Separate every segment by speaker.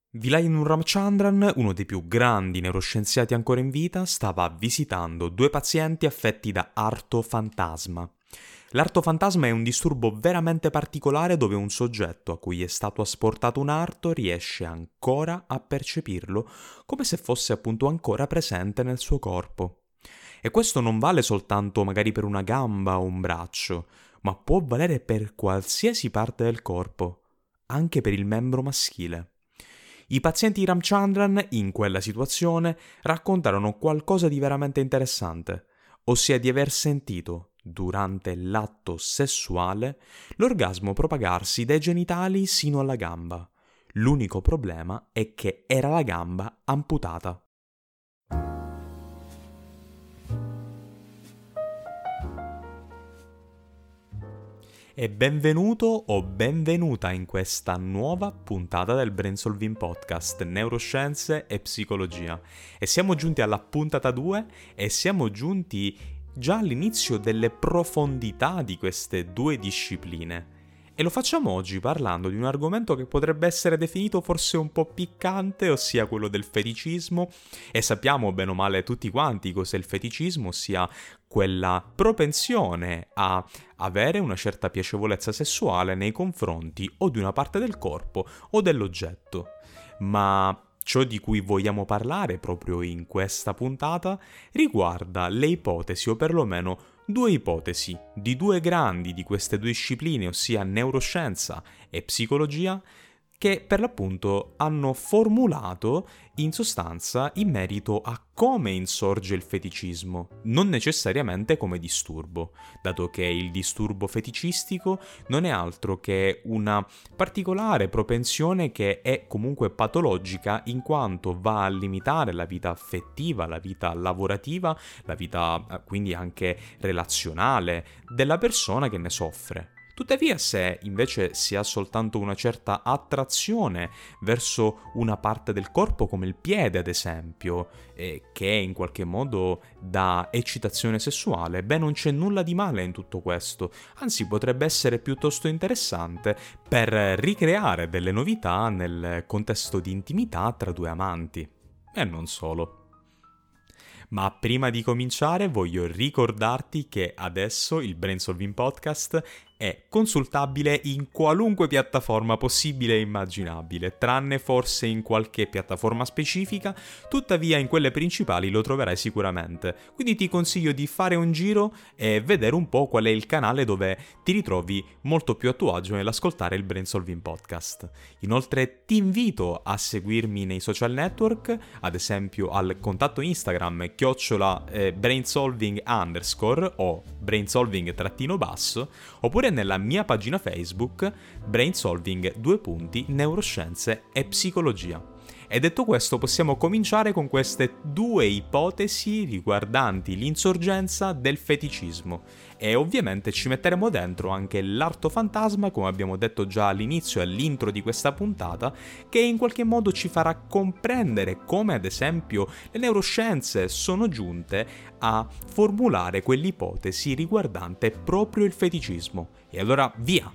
Speaker 1: Vilayan Ramachandran, uno dei più grandi neuroscienziati ancora in vita, stava visitando due pazienti affetti da artofantasma. L'artofantasma è un disturbo veramente particolare dove un soggetto a cui è stato asportato un arto riesce ancora a percepirlo come se fosse appunto ancora presente nel suo corpo. E questo non vale soltanto magari per una gamba o un braccio, ma può valere per qualsiasi parte del corpo, anche per il membro maschile. I pazienti di Ramchandran, in quella situazione, raccontarono qualcosa di veramente interessante, ossia di aver sentito, durante l'atto sessuale, l'orgasmo propagarsi dai genitali sino alla gamba. L'unico problema è che era la gamba amputata. E benvenuto o benvenuta in questa nuova puntata del Brainsolving Podcast, Neuroscienze e Psicologia. E siamo giunti alla puntata 2 e siamo giunti già all'inizio delle profondità di queste due discipline. E lo facciamo oggi parlando di un argomento che potrebbe essere definito forse un po' piccante, ossia quello del feticismo, e sappiamo bene o male tutti quanti cos'è il feticismo, ossia quella propensione a avere una certa piacevolezza sessuale nei confronti o di una parte del corpo o dell'oggetto. Ma ciò di cui vogliamo parlare proprio in questa puntata riguarda le ipotesi, o perlomeno due ipotesi, di due grandi di queste due discipline, ossia neuroscienza e psicologia, che per l'appunto hanno formulato in sostanza in merito a come insorge il feticismo, non necessariamente come disturbo, dato che il disturbo feticistico non è altro che una particolare propensione che è comunque patologica in quanto va a limitare la vita affettiva, la vita lavorativa, la vita quindi anche relazionale della persona che ne soffre. Tuttavia, se invece si ha soltanto una certa attrazione verso una parte del corpo, come il piede ad esempio, che in qualche modo dà eccitazione sessuale, beh, non c'è nulla di male in tutto questo, anzi potrebbe essere piuttosto interessante per ricreare delle novità nel contesto di intimità tra due amanti. E non solo. Ma prima di cominciare voglio ricordarti che adesso il Brainsolving Podcast è consultabile in qualunque piattaforma possibile e immaginabile, tranne forse in qualche piattaforma specifica, tuttavia in quelle principali lo troverai sicuramente. Quindi ti consiglio di fare un giro e vedere un po' qual è il canale dove ti ritrovi molto più a tuo agio nell'ascoltare il Brainsolving Podcast. Inoltre ti invito a seguirmi nei social network, ad esempio al contatto Instagram @brainsolving_ o brainsolving_ oppure nella mia pagina Facebook Brainsolving Neuroscienze e Psicologia. E detto questo possiamo cominciare con queste due ipotesi riguardanti l'insorgenza del feticismo e ovviamente ci metteremo dentro anche l'artofantasma, come abbiamo detto già all'inizio e all'intro di questa puntata, che in qualche modo ci farà comprendere come ad esempio le neuroscienze sono giunte a formulare quell'ipotesi riguardante proprio il feticismo. E allora via!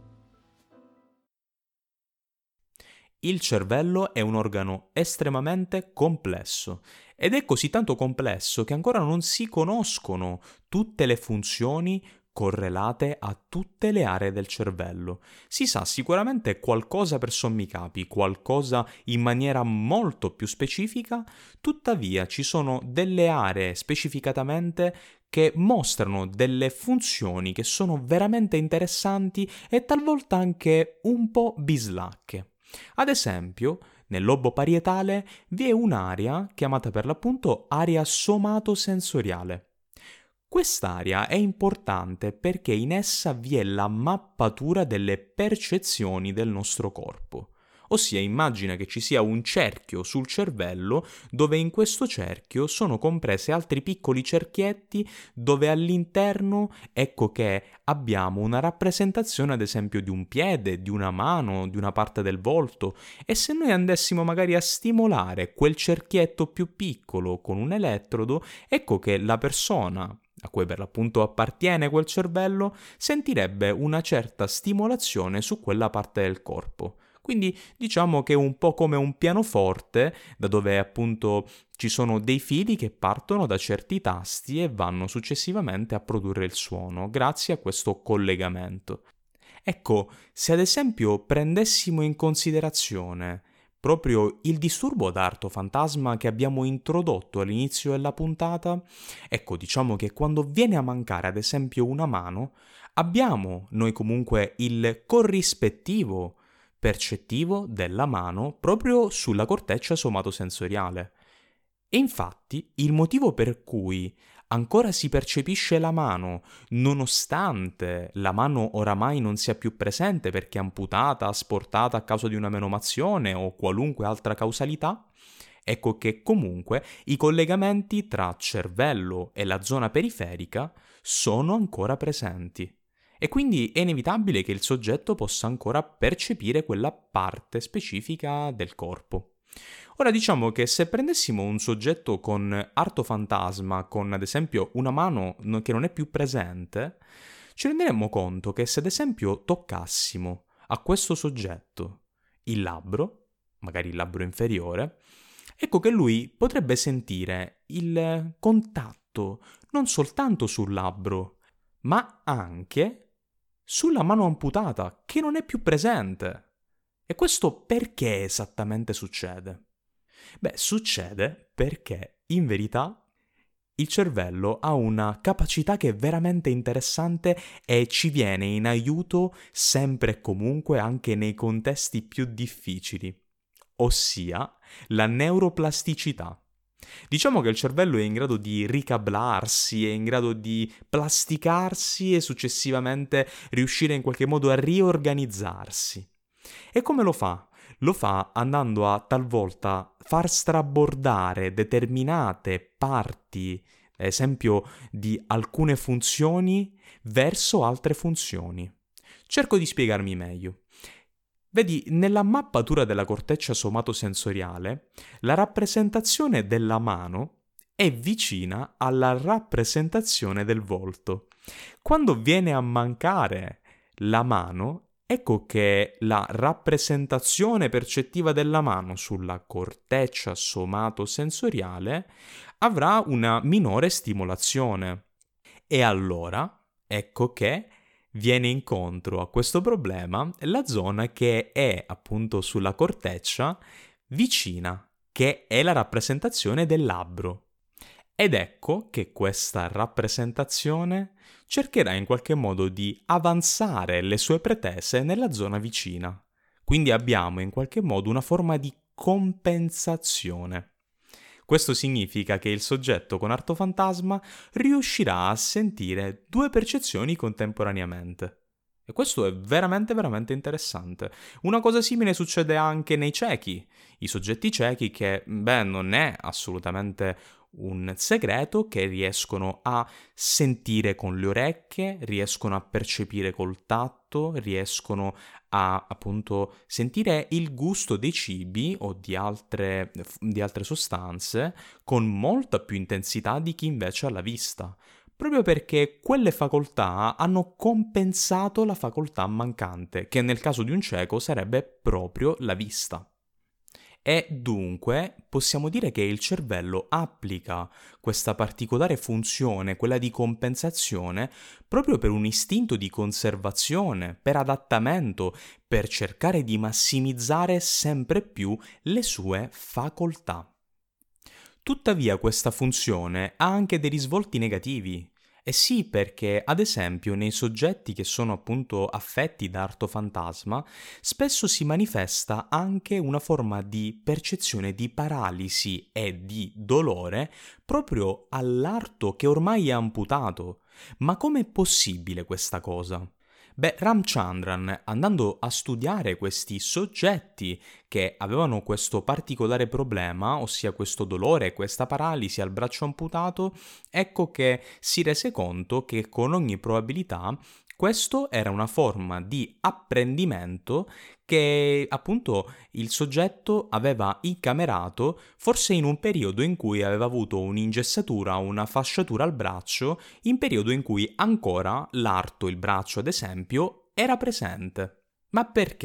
Speaker 1: Il cervello è un organo estremamente complesso ed è così tanto complesso che ancora non si conoscono tutte le funzioni correlate a tutte le aree del cervello. Si sa sicuramente qualcosa per sommi capi, qualcosa in maniera molto più specifica, tuttavia ci sono delle aree specificatamente che mostrano delle funzioni che sono veramente interessanti e talvolta anche un po' bislacche. Ad esempio, nel lobo parietale vi è un'area chiamata per l'appunto area somatosensoriale. Quest'area è importante perché in essa vi è la mappatura delle percezioni del nostro corpo. Ossia, immagina che ci sia un cerchio sul cervello dove in questo cerchio sono comprese altri piccoli cerchietti dove all'interno ecco che abbiamo una rappresentazione ad esempio di un piede, di una mano, di una parte del volto e se noi andassimo magari a stimolare quel cerchietto più piccolo con un elettrodo, ecco che la persona a cui per l'appunto appartiene quel cervello sentirebbe una certa stimolazione su quella parte del corpo. Quindi diciamo che è un po' come un pianoforte, da dove appunto ci sono dei fili che partono da certi tasti e vanno successivamente a produrre il suono, grazie a questo collegamento. Ecco, se ad esempio prendessimo in considerazione proprio il disturbo d'arto-fantasma che abbiamo introdotto all'inizio della puntata, ecco, diciamo che quando viene a mancare ad esempio una mano, abbiamo noi comunque il corrispettivo percettivo della mano proprio sulla corteccia somatosensoriale. E infatti il motivo per cui ancora si percepisce la mano, nonostante la mano oramai non sia più presente perché amputata, asportata a causa di una menomazione o qualunque altra causalità, ecco che comunque i collegamenti tra cervello e la zona periferica sono ancora presenti. E quindi è inevitabile che il soggetto possa ancora percepire quella parte specifica del corpo. Ora diciamo che se prendessimo un soggetto con artofantasma, con ad esempio una mano che non è più presente, ci renderemmo conto che se ad esempio toccassimo a questo soggetto il labbro, magari il labbro inferiore, ecco che lui potrebbe sentire il contatto non soltanto sul labbro, ma anche sulla mano amputata, che non è più presente. E questo perché esattamente succede? Beh, succede perché, in verità, il cervello ha una capacità che è veramente interessante e ci viene in aiuto sempre e comunque anche nei contesti più difficili, ossia la neuroplasticità. Diciamo che il cervello è in grado di ricablarsi, è in grado di plasticarsi e successivamente riuscire in qualche modo a riorganizzarsi. E come lo fa? Lo fa andando a talvolta far strabordare determinate parti, ad esempio di alcune funzioni, verso altre funzioni. Cerco di spiegarmi meglio. Vedi, nella mappatura della corteccia somatosensoriale, la rappresentazione della mano è vicina alla rappresentazione del volto. Quando viene a mancare la mano, ecco che la rappresentazione percettiva della mano sulla corteccia somatosensoriale avrà una minore stimolazione. E allora, ecco che viene incontro a questo problema la zona che è appunto sulla corteccia vicina, che è la rappresentazione del labbro. Ed ecco che questa rappresentazione cercherà in qualche modo di avanzare le sue pretese nella zona vicina. Quindi abbiamo in qualche modo una forma di compensazione. Questo significa che il soggetto con artofantasma riuscirà a sentire due percezioni contemporaneamente. E questo è veramente veramente interessante. Una cosa simile succede anche nei ciechi. I soggetti ciechi che, non è assolutamente un segreto, che riescono a sentire con le orecchie, riescono a percepire col tatto, riescono a appunto sentire il gusto dei cibi o di altre sostanze con molta più intensità di chi invece ha la vista, proprio perché quelle facoltà hanno compensato la facoltà mancante, che nel caso di un cieco sarebbe proprio la vista. E dunque possiamo dire che il cervello applica questa particolare funzione, quella di compensazione, proprio per un istinto di conservazione, per adattamento, per cercare di massimizzare sempre più le sue facoltà. Tuttavia questa funzione ha anche dei risvolti negativi. Eh sì, perché ad esempio nei soggetti che sono appunto affetti da artofantasma, spesso si manifesta anche una forma di percezione di paralisi e di dolore proprio all'arto che ormai è amputato. Ma com'è possibile questa cosa? Beh, Ramchandran, andando a studiare questi soggetti che avevano questo particolare problema, ossia questo dolore, questa paralisi al braccio amputato, ecco che si rese conto che con ogni probabilità questo era una forma di apprendimento che appunto il soggetto aveva incamerato forse in un periodo in cui aveva avuto un'ingessatura, una fasciatura al braccio, in periodo in cui ancora l'arto, il braccio ad esempio, era presente. Ma perché?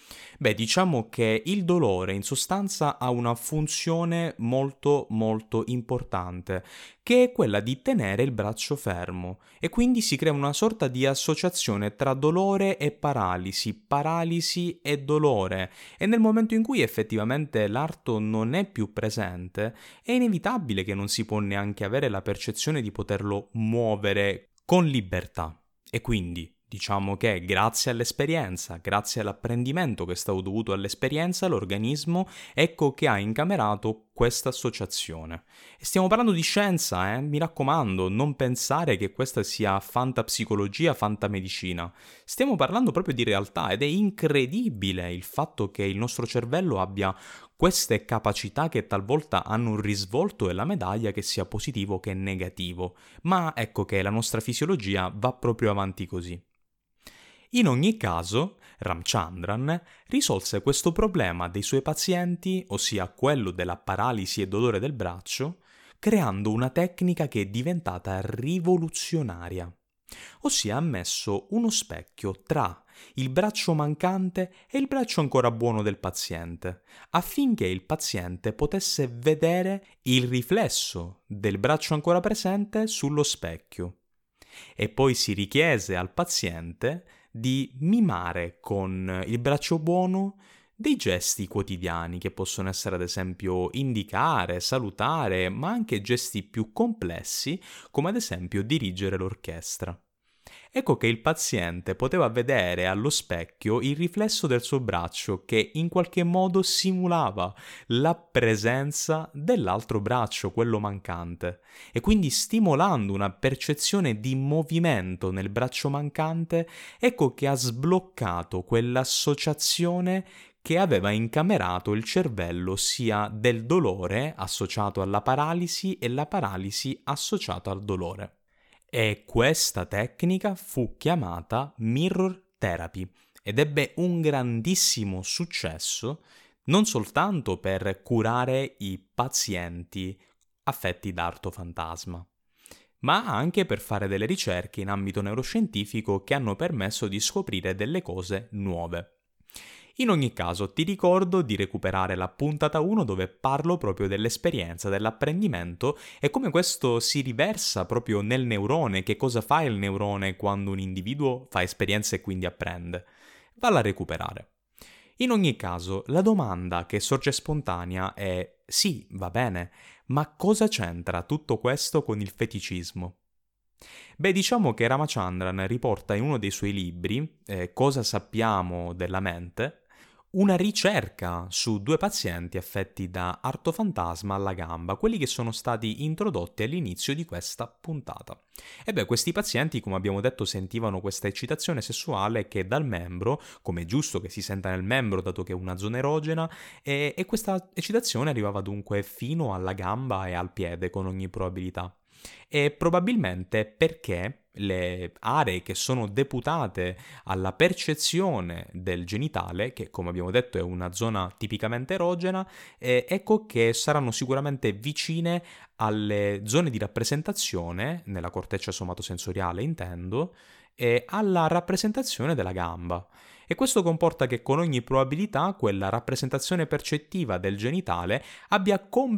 Speaker 1: Beh, diciamo che il dolore in sostanza ha una funzione molto molto importante, che è quella di tenere il braccio fermo e quindi si crea una sorta di associazione tra dolore e paralisi, paralisi e dolore e nel momento in cui effettivamente l'arto non è più presente, è inevitabile che non si può neanche avere la percezione di poterlo muovere con libertà. E quindi diciamo che grazie all'esperienza, grazie all'apprendimento che è stato dovuto all'esperienza, l'organismo ecco che ha incamerato questa associazione. E stiamo parlando di scienza, mi raccomando, non pensare che questa sia fantapsicologia, fantamedicina. Stiamo parlando proprio di realtà ed è incredibile il fatto che il nostro cervello abbia queste capacità che talvolta hanno un risvolto della medaglia che sia positivo che negativo, ma ecco che la nostra fisiologia va proprio avanti così. In ogni caso, Ramchandran risolse questo problema dei suoi pazienti, ossia quello della paralisi e dolore del braccio, creando una tecnica che è diventata rivoluzionaria. Ossia ha messo uno specchio tra il braccio mancante e il braccio ancora buono del paziente, affinché il paziente potesse vedere il riflesso del braccio ancora presente sullo specchio. E poi si richiese al paziente di mimare con il braccio buono dei gesti quotidiani che possono essere ad esempio indicare, salutare, ma anche gesti più complessi come ad esempio dirigere l'orchestra. Ecco che il paziente poteva vedere allo specchio il riflesso del suo braccio che in qualche modo simulava la presenza dell'altro braccio, quello mancante, e quindi stimolando una percezione di movimento nel braccio mancante, ecco che ha sbloccato quell'associazione che aveva incamerato il cervello sia del dolore associato alla paralisi e la paralisi associata al dolore. E questa tecnica fu chiamata Mirror Therapy ed ebbe un grandissimo successo non soltanto per curare i pazienti affetti da artofantasma, ma anche per fare delle ricerche in ambito neuroscientifico che hanno permesso di scoprire delle cose nuove. In ogni caso, ti ricordo di recuperare la puntata 1 dove parlo proprio dell'esperienza, dell'apprendimento e come questo si riversa proprio nel neurone, che cosa fa il neurone quando un individuo fa esperienza e quindi apprende. Valla a recuperare. In ogni caso, la domanda che sorge spontanea è: sì, va bene, ma cosa c'entra tutto questo con il feticismo? Beh, diciamo che Ramachandran riporta in uno dei suoi libri, Cosa sappiamo della mente, una ricerca su 2 pazienti affetti da artofantasma alla gamba, quelli che sono stati introdotti all'inizio di questa puntata. E beh, questi pazienti, come abbiamo detto, sentivano questa eccitazione sessuale che dal membro, come è giusto che si senta nel membro dato che è una zona erogena, e questa eccitazione arrivava dunque fino alla gamba e al piede con ogni probabilità. E probabilmente perché le aree che sono deputate alla percezione del genitale, che come abbiamo detto è una zona tipicamente erogena, ecco che saranno sicuramente vicine alle zone di rappresentazione, nella corteccia somatosensoriale intendo, e alla rappresentazione della gamba. E questo comporta che con ogni probabilità quella rappresentazione percettiva del genitale abbia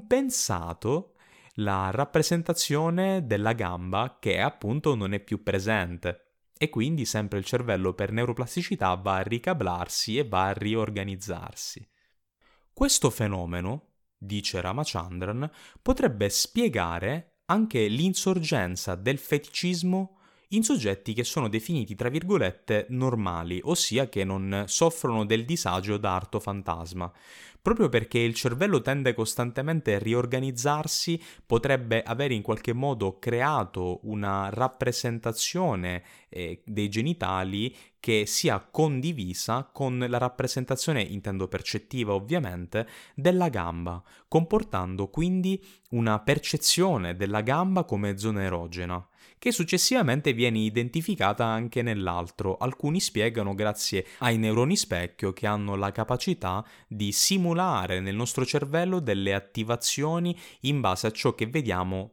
Speaker 1: compensato la rappresentazione della gamba che appunto non è più presente e quindi sempre il cervello per neuroplasticità va a ricablarsi e va a riorganizzarsi. Questo fenomeno, dice Ramachandran, potrebbe spiegare anche l'insorgenza del feticismo in soggetti che sono definiti tra virgolette normali, ossia che non soffrono del disagio da artofantasma. Proprio perché il cervello tende costantemente a riorganizzarsi, potrebbe avere in qualche modo creato una rappresentazione dei genitali che sia condivisa con la rappresentazione, intendo percettiva ovviamente, della gamba, comportando quindi una percezione della gamba come zona erogena, che successivamente viene identificata anche nell'altro. Alcuni spiegano grazie ai neuroni specchio che hanno la capacità di simulare nel nostro cervello delle attivazioni in base a ciò che vediamo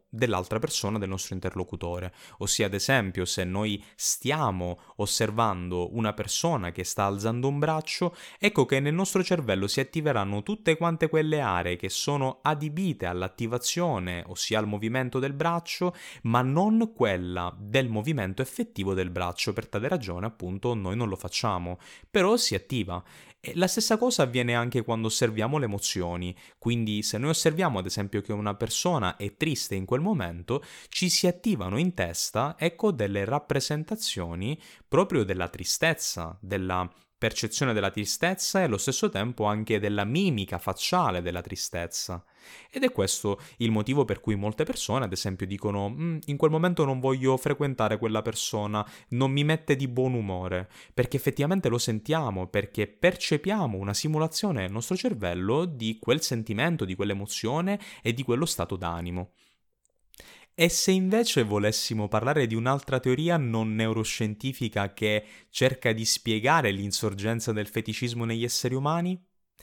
Speaker 1: dell'altra persona, del nostro interlocutore. Ossia, ad esempio, se noi stiamo osservando una persona che sta alzando un braccio, ecco che nel nostro cervello si attiveranno tutte quante quelle aree che sono adibite all'attivazione, ossia al movimento del braccio, ma non quella del movimento effettivo del braccio. Per tale ragione, appunto, noi non lo facciamo, però si attiva. E la stessa cosa avviene anche quando osserviamo le emozioni, quindi se noi osserviamo ad esempio che una persona è triste in quel momento, ci si attivano in testa, ecco, delle rappresentazioni proprio della tristezza, della percezione della tristezza e allo stesso tempo anche della mimica facciale della tristezza. Ed è questo il motivo per cui molte persone, ad esempio, dicono in quel momento non voglio frequentare quella persona, non mi mette di buon umore, perché effettivamente lo sentiamo, perché percepiamo una simulazione nel nostro cervello di quel sentimento, di quell'emozione e di quello stato d'animo. E se invece volessimo parlare di un'altra teoria non neuroscientifica che cerca di spiegare l'insorgenza del feticismo negli esseri umani?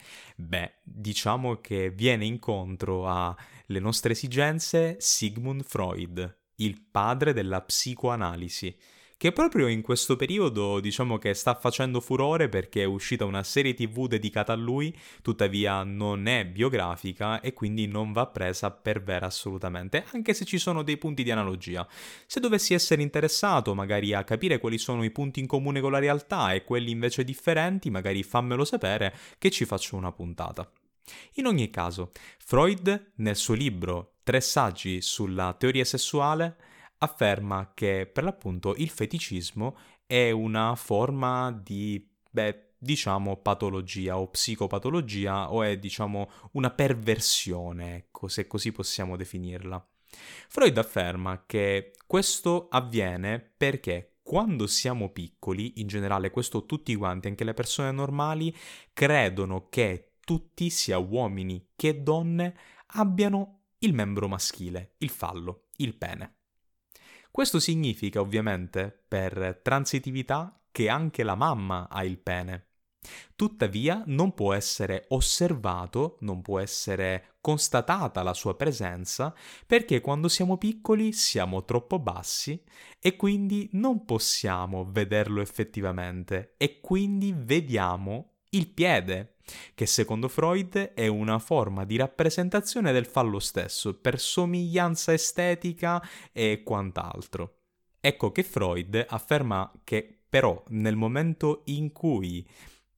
Speaker 1: Beh, diciamo che viene incontro alle nostre esigenze Sigmund Freud, il padre della psicoanalisi, che proprio in questo periodo diciamo che sta facendo furore perché è uscita una serie TV dedicata a lui, tuttavia non è biografica e quindi non va presa per vera assolutamente, anche se ci sono dei punti di analogia. Se dovessi essere interessato magari a capire quali sono i punti in comune con la realtà e quelli invece differenti, magari fammelo sapere che ci faccio una puntata. In ogni caso, Freud, nel suo libro Tre saggi sulla teoria sessuale, afferma che per l'appunto il feticismo è una forma di, diciamo, patologia o psicopatologia o è, diciamo, una perversione, ecco, se così possiamo definirla. Freud afferma che questo avviene perché quando siamo piccoli, in generale questo tutti quanti, anche le persone normali, credono che tutti, sia uomini che donne, abbiano il membro maschile, il fallo, il pene. Questo significa ovviamente, per transitività, che anche la mamma ha il pene. Tuttavia non può essere osservato, non può essere constatata la sua presenza, perché quando siamo piccoli siamo troppo bassi e quindi non possiamo vederlo effettivamente e quindi vediamo il piede, che secondo Freud è una forma di rappresentazione del fallo stesso, per somiglianza estetica e quant'altro. Ecco che Freud afferma che però nel momento in cui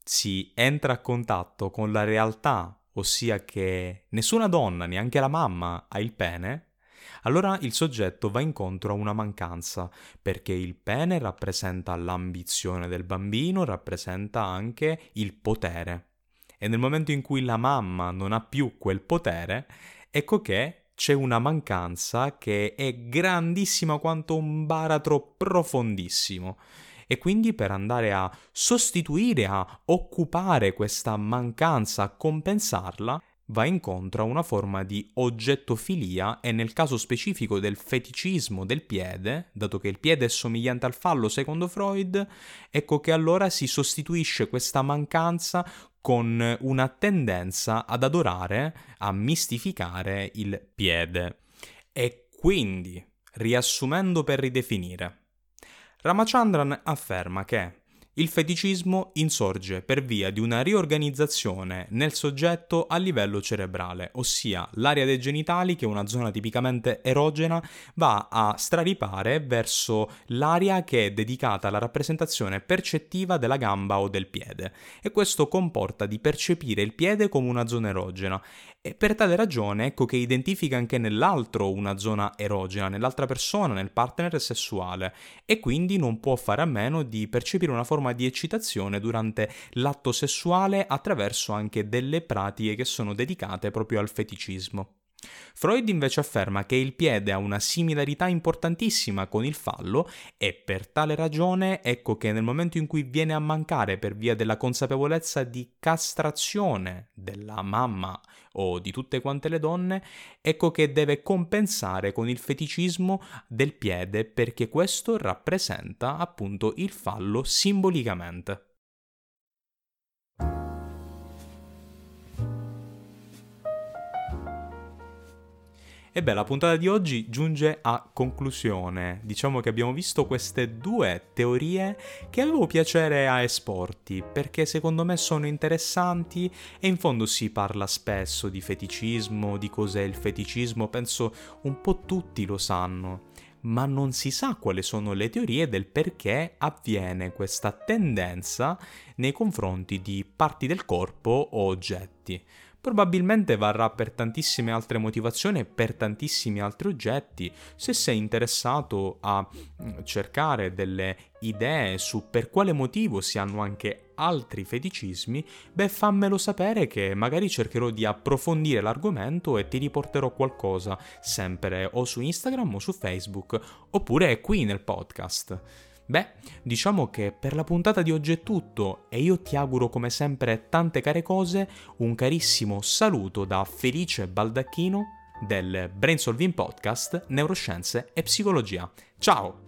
Speaker 1: si entra a contatto con la realtà, ossia che nessuna donna, neanche la mamma, ha il pene, allora il soggetto va incontro a una mancanza, perché il pene rappresenta l'ambizione del bambino, rappresenta anche il potere. E nel momento in cui la mamma non ha più quel potere, ecco che c'è una mancanza che è grandissima quanto un baratro profondissimo. E quindi per andare a sostituire, a occupare questa mancanza, a compensarla, va incontro a una forma di oggettofilia e nel caso specifico del feticismo del piede, dato che il piede è somigliante al fallo secondo Freud, ecco che allora si sostituisce questa mancanza con una tendenza ad adorare, a mistificare il piede. E quindi, riassumendo per ridefinire, Ramachandran afferma che il feticismo insorge per via di una riorganizzazione nel soggetto a livello cerebrale, ossia l'area dei genitali, che è una zona tipicamente erogena, va a straripare verso l'area che è dedicata alla rappresentazione percettiva della gamba o del piede, e questo comporta di percepire il piede come una zona erogena. E per tale ragione ecco che identifica anche nell'altro una zona erogena, nell'altra persona, nel partner sessuale, e quindi non può fare a meno di percepire una forma di eccitazione durante l'atto sessuale attraverso anche delle pratiche che sono dedicate proprio al feticismo. Freud invece afferma che il piede ha una similarità importantissima con il fallo e per tale ragione ecco che nel momento in cui viene a mancare per via della consapevolezza di castrazione della mamma o di tutte quante le donne, ecco che deve compensare con il feticismo del piede perché questo rappresenta appunto il fallo simbolicamente. E beh, la puntata di oggi giunge a conclusione. Diciamo che abbiamo visto queste due teorie che avevo piacere a esporti, perché secondo me sono interessanti e in fondo si parla spesso di feticismo, di cos'è il feticismo, penso un po' tutti lo sanno. Ma non si sa quali sono le teorie del perché avviene questa tendenza nei confronti di parti del corpo o oggetti. Probabilmente varrà per tantissime altre motivazioni e per tantissimi altri oggetti. Se sei interessato a cercare delle idee su per quale motivo si hanno anche altri feticismi, beh, fammelo sapere che magari cercherò di approfondire l'argomento e ti riporterò qualcosa, sempre o su Instagram o su Facebook, oppure qui nel podcast. Beh, diciamo che per la puntata di oggi è tutto e io ti auguro come sempre tante care cose, un carissimo saluto da Felice Baldacchino del Brainsolving Podcast, Neuroscienze e Psicologia. Ciao!